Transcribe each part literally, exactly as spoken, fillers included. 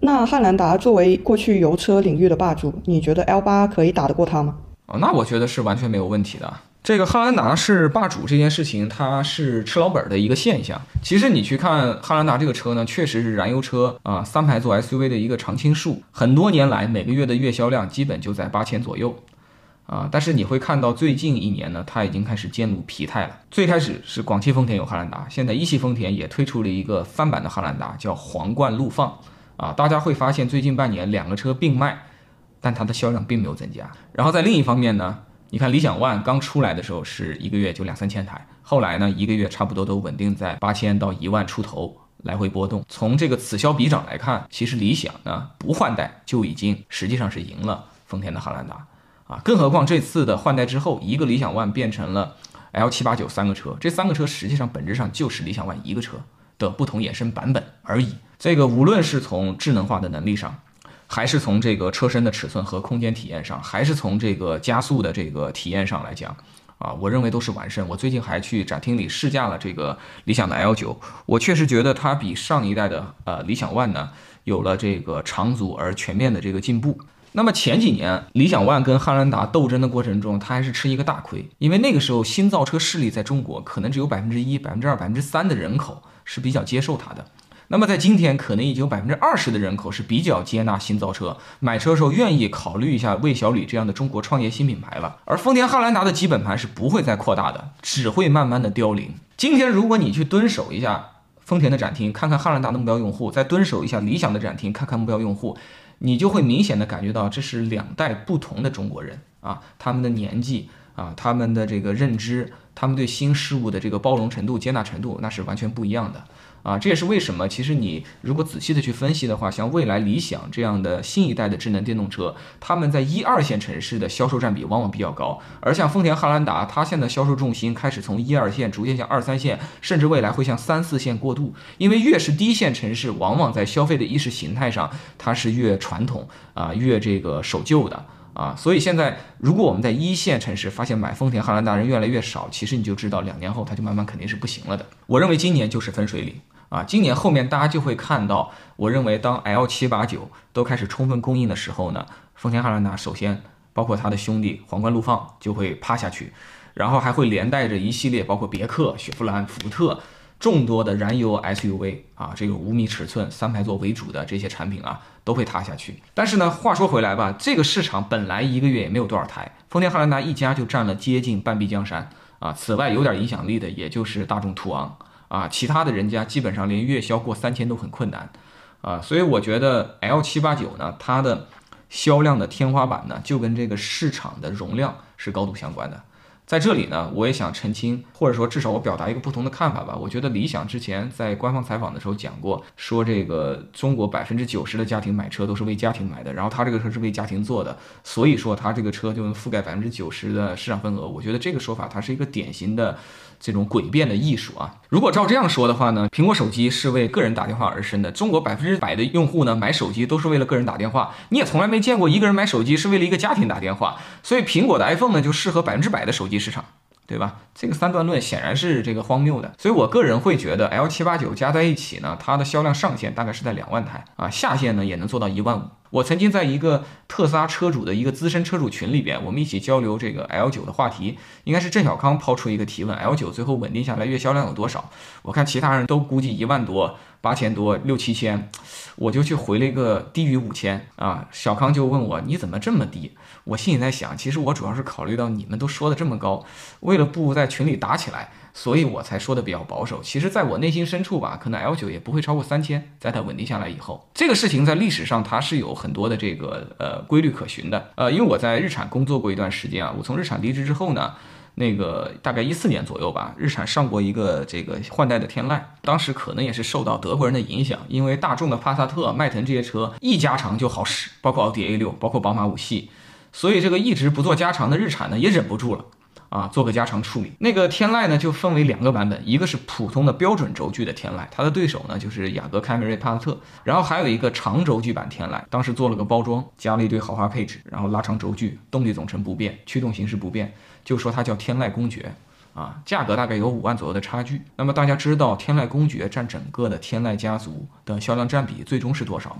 那汉兰达作为过去油车领域的霸主，你觉得 L 八可以打得过它吗？ 哦，那我觉得是完全没有问题的。这个汉兰达是霸主这件事情，它是吃老本的一个现象。其实你去看汉兰达这个车呢，确实是燃油车啊三排座 S U V 的一个常青树，很多年来每个月的月销量基本就在八千左右。啊，但是你会看到最近一年呢，它已经开始渐入疲态了。最开始是广汽丰田有汉兰达，现在一汽丰田也推出了一个翻版的汉兰达，叫皇冠陆放。啊，大家会发现最近半年两个车并卖，但它的销量并没有增加。然后在另一方面呢，你看理想 ONE 刚出来的时候是一个月就两三千台，后来呢一个月差不多都稳定在八千到一万出头来回波动。从这个此消彼长来看，其实理想呢不换代就已经实际上是赢了丰田的汉兰达啊，更何况这次的换代之后，一个理想 ONE 变成了 L 七八九三个车，这三个车实际上本质上就是理想 ONE 一个车的不同衍生版本而已。这个无论是从智能化的能力上，还是从这个车身的尺寸和空间体验上，还是从这个加速的这个体验上来讲啊，我认为都是完胜。我最近还去展厅里试驾了这个理想的 L 九， 我确实觉得它比上一代的呃理想 ONE 呢有了这个长足而全面的这个进步。那么前几年理想 ONE 跟汉兰达斗争的过程中，它还是吃一个大亏，因为那个时候新造车势力在中国可能只有百分之一、百分之二、百分之三的人口是比较接受它的。那么在今天，可能已经有百分之二十的人口是比较接纳新造车，买车的时候愿意考虑一下魏小李这样的中国创业新品牌了。而丰田汉兰达的基本盘是不会再扩大的，只会慢慢的凋零。今天如果你去蹲守一下丰田的展厅，看看汉兰达的目标用户，再蹲守一下理想的展厅，看看目标用户，你就会明显的感觉到这是两代不同的中国人啊，他们的年纪啊，他们的这个认知，他们对新事物的这个包容程度、接纳程度，那是完全不一样的。啊，这也是为什么，其实你如果仔细的去分析的话，像蔚来、理想这样的新一代的智能电动车，他们在一二线城市的销售占比往往比较高，而像丰田汉兰达，它现在销售重心开始从一二线逐渐向二三线，甚至未来会向三四线过渡，因为越是低线城市，往往在消费的意识形态上，它是越传统啊，越这个守旧的。啊，所以现在如果我们在一线城市发现买丰田汉兰达人越来越少，其实你就知道两年后它就慢慢肯定是不行了的。我认为今年就是分水岭啊，今年后面大家就会看到，我认为当 L 七八九都开始充分供应的时候呢，丰田汉兰达首先包括它的兄弟皇冠陆放就会趴下去，然后还会连带着一系列包括别克、雪佛兰、福特众多的燃油 S U V 啊，这个五米尺寸三排座为主的这些产品啊，都会塌下去。但是呢，话说回来吧，这个市场本来一个月也没有多少台，丰田汉兰达一家就占了接近半壁江山啊。此外有点影响力的，也就是大众途昂啊，其他的人家基本上连月销过三千都很困难啊。所以我觉得 L 七八九呢，它的销量的天花板呢，就跟这个市场的容量是高度相关的。在这里呢，我也想澄清，或者说至少我表达一个不同的看法吧。我觉得理想之前在官方采访的时候讲过，说这个中国百分之九十的家庭买车都是为家庭买的，然后他这个车是为家庭做的，所以说他这个车就能覆盖百分之九十的市场份额。我觉得这个说法它是一个典型的这种诡辩的艺术啊。如果照这样说的话呢，苹果手机是为个人打电话而生的，中国百分之百的用户呢买手机都是为了个人打电话，你也从来没见过一个人买手机是为了一个家庭打电话，所以苹果的 iPhone 呢就适合百分之百的手机市场，对吧？这个三段论显然是这个荒谬的，所以我个人会觉得 L 七八九加在一起呢，它的销量上限大概是在两万台啊，下限呢也能做到一万五。我曾经在一个特斯拉车主的一个资深车主群里边，我们一起交流这个 L 九的话题，应该是郑小康抛出一个提问 ，L 九最后稳定下来月销量有多少？我看其他人都估计一万多、八千多、六七千，我就去回了一个低于五千啊。小康就问我你怎么这么低？我心里在想，其实我主要是考虑到你们都说的这么高，为了不在群里打起来，所以我才说的比较保守。其实在我内心深处吧，可能 L 九也不会超过三千，在它稳定下来以后，这个事情在历史上它是有很多的这个呃规律可循的。呃，因为我在日产工作过一段时间啊，我从日产离职之后呢，那个大概一四年左右吧，日产上过一个这个换代的天籁，当时可能也是受到德国人的影响，因为大众的帕萨特、迈腾这些车一加长就好使，包括奥迪 A 六，包括宝马五系，所以这个一直不做加长的日产呢也忍不住了。啊，做个加长处理。那个天籁呢，就分为两个版本，一个是普通的标准轴距的天籁，它的对手呢就是雅阁、凯美瑞、帕萨特，然后还有一个长轴距版天籁，当时做了个包装，加了一堆豪华配置，然后拉长轴距，动力总成不变，驱动形式不变，就说它叫天籁公爵。啊，价格大概有五万左右的差距。那么大家知道天籁公爵占整个的天籁家族的销量占比最终是多少吗？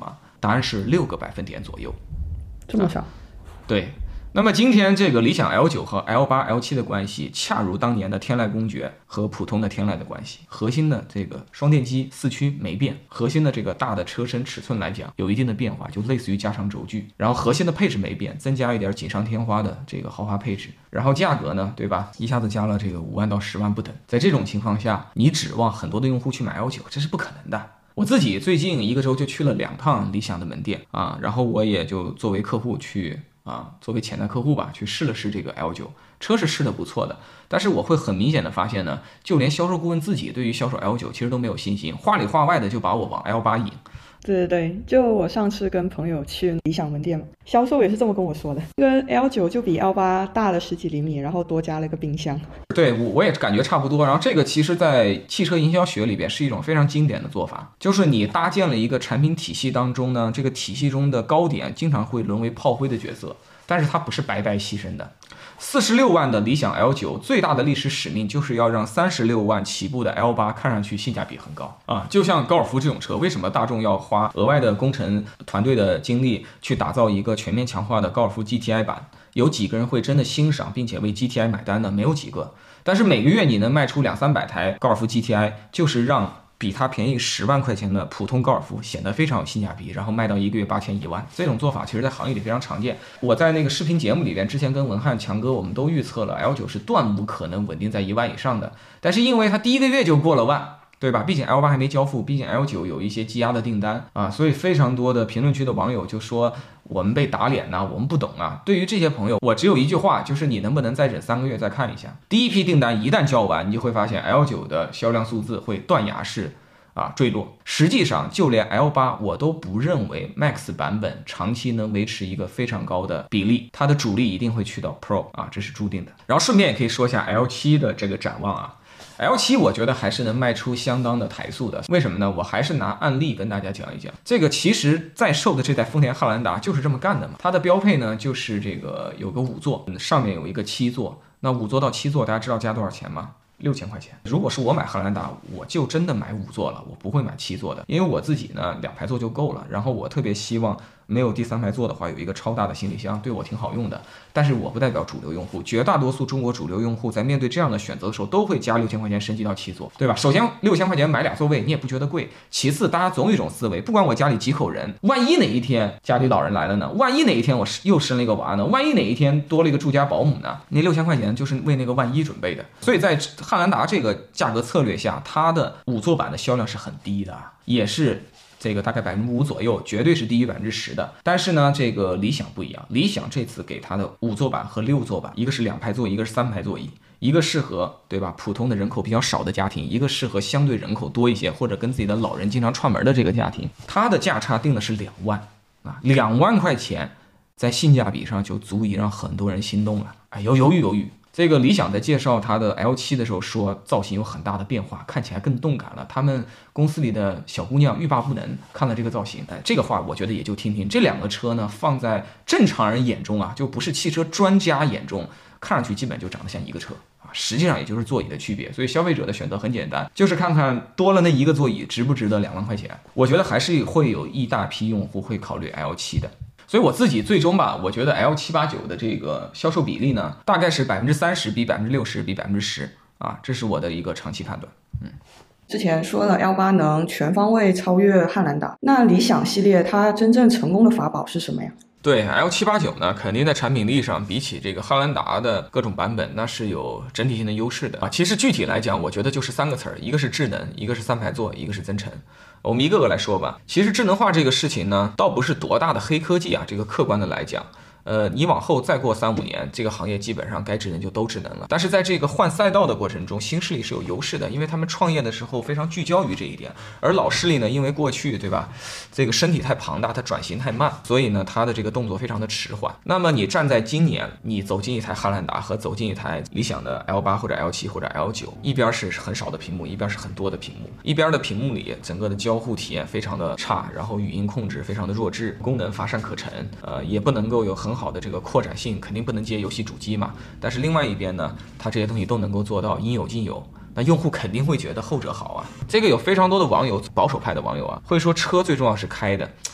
答案是六个百分点左右， 这么少？啊、 对。那么今天这个理想 L 九 和 L 八 L 七的关系，恰如当年的天籁公爵和普通的天籁的关系。核心的这个双电机四驱没变，核心的这个大的车身尺寸来讲有一定的变化，就类似于加长轴距。然后核心的配置没变，增加一点锦上添花的这个豪华配置。然后价格呢，对吧？一下子加了这个五万到十万不等。在这种情况下，你指望很多的用户去买 L 九，这是不可能的。我自己最近一个周就去了两趟理想的门店啊，然后我也就作为客户去。啊，作为潜在客户吧，去试了试这个 L 九，车是试的不错的，但是我会很明显的发现呢，就连销售顾问自己对于销售 L 九其实都没有信心，话里话外的就把我往 L 八引。 对对对，就我上次跟朋友去理想门店嘛，销售也是这么跟我说的，这个 L 九就比 L 八大了十几厘米，然后多加了一个冰箱。 对，我我也感觉差不多。然后这个其实在汽车营销学里边是一种非常经典的做法，就是你搭建了一个产品体系当中呢，这个体系中的高点经常会沦为炮灰的角色，但是它不是白白牺牲的。四十六万的理想 L 九最大的历史使命就是要让三十六万起步的 L 八看上去性价比很高啊！就像高尔夫这种车，为什么大众要花额外的工程团队的精力去打造一个全面强化的高尔夫 G T I 版？有几个人会真的欣赏并且为 G T I 买单呢？没有几个。但是每个月你能卖出两三百台高尔夫 G T I， 就是让比它便宜十万块钱的普通高尔夫显得非常有性价比，然后卖到一个月八千一万，这种做法其实在行业里非常常见。我在那个视频节目里边之前跟文翰强哥我们都预测了 L 九是断无可能稳定在一万以上的，但是因为它第一个月就过了万，对吧？毕竟 L 八还没交付，毕竟 L 九有一些积压的订单啊，所以非常多的评论区的网友就说我们被打脸呐、啊，我们不懂啊。对于这些朋友，我只有一句话，就是你能不能再忍三个月再看一下？第一批订单一旦交完，你就会发现 L 九的销量数字会断崖式啊坠落。实际上，就连 L 八我都不认为 Max 版本长期能维持一个非常高的比例，它的主力一定会去到 Pro 啊，这是注定的。然后顺便也可以说一下 L 七的这个展望啊。L 七我觉得还是能卖出相当的台数的，为什么呢？我还是拿案例跟大家讲一讲。这个其实在售的这台丰田汉兰达就是这么干的嘛，它的标配呢就是这个有个五座，上面有一个七座，那五座到七座大家知道加多少钱吗？六千块钱。如果是我买汉兰达，我就真的买五座了，我不会买七座的，因为我自己呢两排座就够了。然后我特别希望没有第三排座的话，有一个超大的行李箱，对我挺好用的。但是我不代表主流用户，绝大多数中国主流用户在面对这样的选择的时候，都会加六千块钱升级到七座，对吧？首先六千块钱买俩座位，你也不觉得贵。其次，大家总有一种思维，不管我家里几口人，万一哪一天家里老人来了呢？万一哪一天我又生了一个娃呢？万一哪一天多了一个住家保姆呢？那六千块钱就是为那个万一准备的。所以在汉兰达这个价格策略下，它的五座版的销量是很低的，也是这个大概百分之五左右，绝对是低于百分之十的。但是呢，这个理想不一样，理想这次给它的五座版和六座版，一个是两排座，一个是三排座椅，一个适合对吧普通的人口比较少的家庭，一个适合相对人口多一些或者跟自己的老人经常串门的这个家庭。它的价差定的是两万啊，两万块钱在性价比上就足以让很多人心动了。哎，犹犹豫犹豫。这个理想在介绍它的 L 七的时候说，造型有很大的变化，看起来更动感了。他们公司里的小姑娘欲罢不能，看了这个造型，哎，这个话我觉得也就听听。这两个车呢，放在正常人眼中啊，就不是汽车专家眼中，看上去基本就长得像一个车啊，实际上也就是座椅的区别。所以消费者的选择很简单，就是看看多了那一个座椅值不值得两万块钱。我觉得还是会有一大批用户会考虑 L 七的。所以我自己最终吧，我觉得 L 七八九的这个销售比例呢，大概是百分之三十比百分之六十比百分之十啊，这是我的一个长期判断。嗯， 之前说了 L 八能全方位超越汉兰达，那理想系列它真正成功的法宝是什么呀？ 对 L 七八九呢，肯定在产品力上比起这个汉兰达的各种版本，那是有整体性的优势的啊。其实具体来讲，我觉得就是三个词儿，一个是智能，一个是三排座，一个是增程。我们一个个来说吧。其实智能化这个事情呢，倒不是多大的黑科技啊，这个客观的来讲。呃，你往后再过三五年，这个行业基本上该智能就都智能了。但是在这个换赛道的过程中，新势力是有优势的，因为他们创业的时候非常聚焦于这一点，而老势力呢，因为过去对吧，这个身体太庞大，它转型太慢，所以呢，它的这个动作非常的迟缓。那么你站在今年，你走进一台汉兰达和走进一台理想的 L 八或者 L 七或者 L 九，一边是很少的屏幕，一边是很多的屏幕，一边的屏幕里整个的交互体验非常的差，然后语音控制非常的弱智，功能乏善可陈，呃，也不能够有很好的这个扩展性，肯定不能接游戏主机嘛。但是另外一边呢，它这些东西都能够做到应有尽有，那用户肯定会觉得后者好啊。这个有非常多的网友，保守派的网友啊，会说车最重要是开的，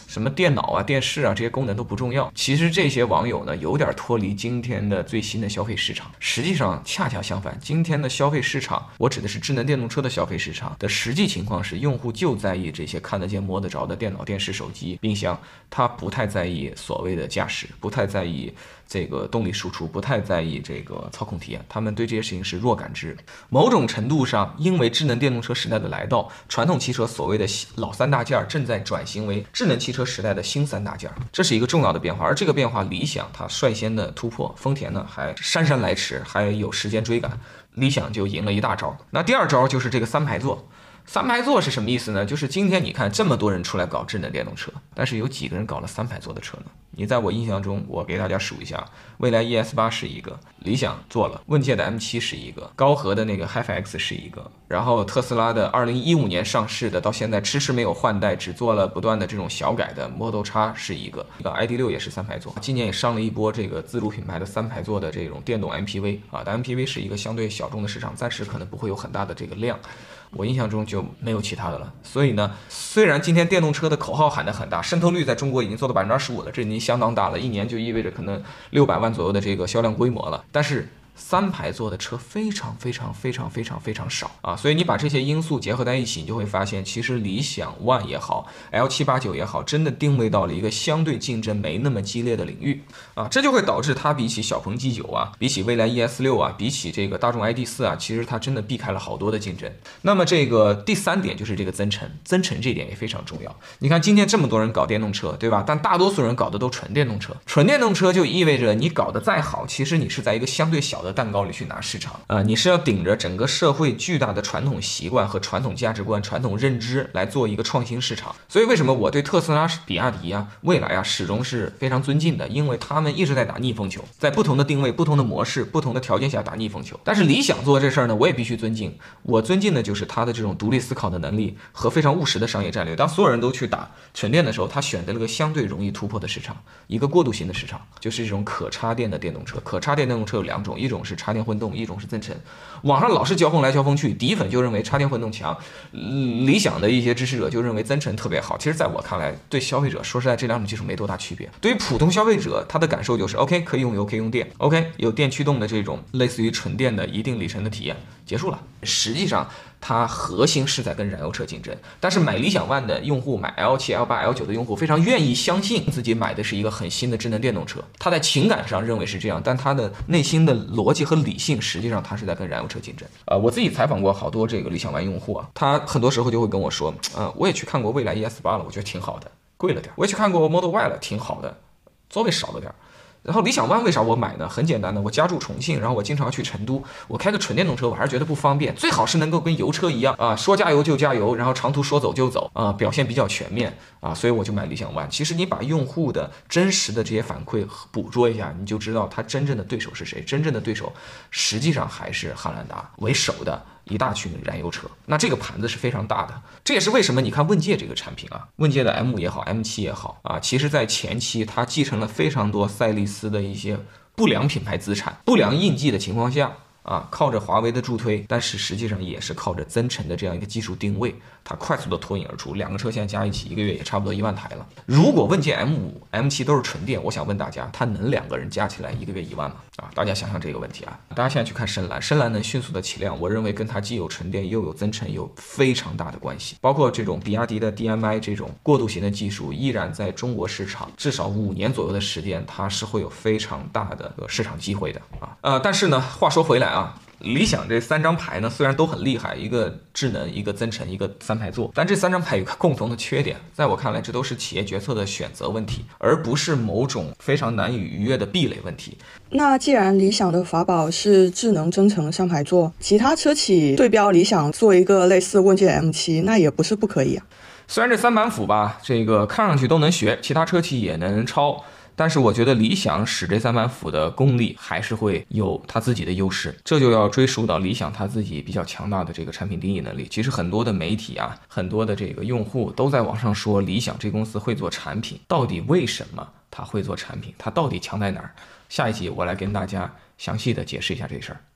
什么电脑啊、电视啊这些功能都不重要。其实这些网友呢，有点脱离今天的最新的消费市场。实际上恰恰相反，今天的消费市场，我指的是智能电动车的消费市场的实际情况是，用户就在意这些看得见摸得着的电脑、电视、手机、冰箱，他不太在意所谓的驾驶，不太在意这个动力输出，不太在意这个操控体验，他们对这些事情是弱感知。某种程度上，因为智能电动车时代的来到，传统汽车所谓的老三大件正在转型为智能汽车时代的新三大件，这是一个重要的变化。而这个变化，理想它率先的突破，丰田呢还姗姗来迟，还有时间追赶，理想就赢了一大招。那第二招就是这个三排座。三排座是什么意思呢？就是今天你看这么多人出来搞智能电动车，但是有几个人搞了三排座的车呢？你在我印象中，我给大家数一下，蔚来 E S 八是一个，理想做了，问界的 M 七是一个，高和的那个 HiFi-X 是一个，然后特斯拉的二零一五年上市的，到现在迟迟没有换代，只做了不断的这种小改的 Model X 是一个，一个 I D 六也是三排座，今年也上了一波这个自主品牌的三排座的这种电动 M P V 啊，但 M P V 是一个相对小众的市场，暂时可能不会有很大的这个量。我印象中就没有其他的了，所以呢，虽然今天电动车的口号喊得很大，渗透率在中国已经做到百分之二十五了，这已经相当大了，一年就意味着可能六百万左右的这个销量规模了，但是三排座的车非常非常非常非常非常少啊，所以你把这些因素结合在一起，你就会发现，其实理想 ONE 也好 ，L 七八九也好，真的定位到了一个相对竞争没那么激烈的领域啊，这就会导致它比起小鹏 G 九啊，比起蔚来 E S 六啊，比起这个大众 I D 四啊，其实它真的避开了好多的竞争。那么这个第三点就是这个增程，增程这点也非常重要。你看今天这么多人搞电动车，对吧？但大多数人搞的都纯电动车，纯电动车就意味着你搞得再好，其实你是在一个相对小的蛋糕里去拿市场啊、呃，你是要顶着整个社会巨大的传统习惯和传统价值观、传统认知来做一个创新市场。所以为什么我对特斯拉、比亚迪啊、蔚来啊始终是非常尊敬的？因为他们一直在打逆风球，在不同的定位、不同的模式、不同的条件下打逆风球。但是理想做这事儿呢，我也必须尊敬。我尊敬的就是他的这种独立思考的能力和非常务实的商业战略。当所有人都去打纯电的时候，他选择了个相对容易突破的市场，一个过渡型的市场，就是这种可插电的电动车。可插电电动车有两种，一种是插电混动，一种是增程。网上老是交锋来交锋去，底粉就认为插电混动强，理想的一些支持者就认为增程特别好。其实在我看来，对消费者说实在这两种技术没多大区别。对于普通消费者，他的感受就是 OK 可以用油可以用电 OK 有电驱动的这种类似于纯电的一定里程的体验结束了。实际上它核心是在跟燃油车竞争，但是买理想 ONE 的用户，买 L 七、L 八、L 九的用户非常愿意相信自己买的是一个很新的智能电动车，他在情感上认为是这样，但他的内心的逻辑和理性实际上他是在跟燃油车竞争。呃，我自己采访过好多这个理想 ONE 用户啊，他很多时候就会跟我说，呃，我也去看过蔚来 E S 八了，我觉得挺好的，贵了点；我也去看过 Model Y 了，挺好的，座位少了点。然后理想 ONE 为啥我买呢？很简单的，我家住重庆，然后我经常要去成都，我开个纯电动车我还是觉得不方便，最好是能够跟油车一样啊，说加油就加油，然后长途说走就走啊，表现比较全面啊，所以我就买理想 ONE。其实你把用户的真实的这些反馈捕捉一下，你就知道他真正的对手是谁。真正的对手实际上还是汉兰达为首的一大群燃油车，那这个盘子是非常大的。这也是为什么你看问界这个产品啊，问界的 M 也好 M 七 也好啊，其实在前期它继承了非常多赛力斯的一些不良品牌资产、不良印记的情况下啊，靠着华为的助推，但是实际上也是靠着增程的这样一个技术定位，它快速的脱颖而出。两个车现在加一起一个月也差不多一万台了。如果问界 M 五、M 七 都是纯电，我想问大家，它能两个人加起来一个月一万吗？啊，大家想想这个问题啊。大家现在去看深蓝，深蓝能迅速的起量，我认为跟它既有纯电又有增程有非常大的关系。包括这种比亚迪的 D M I 这种过渡型的技术，依然在中国市场至少五年左右的时间，它是会有非常大的市场机会的啊。呃，但是呢，话说回来啊。理想这三张牌呢，虽然都很厉害，一个智能，一个增程，一个三排座，但这三张牌有个共同的缺点，在我看来，这都是企业决策的选择问题，而不是某种非常难以逾越的壁垒问题。 那既然理想的法宝是智能增程三排座，其他车企对标理想做一个类似问界 M 七，那也不是不可以啊。 虽然这三板斧吧，这个看上去都能学，其他车企也能抄。但是我觉得理想使这三板斧的功力还是会有它自己的优势，这就要追溯到理想它自己比较强大的这个产品定义能力。其实很多的媒体啊，很多的这个用户都在网上说理想这公司会做产品，到底为什么它会做产品？它到底强在哪儿？下一集我来跟大家详细的解释一下这事儿。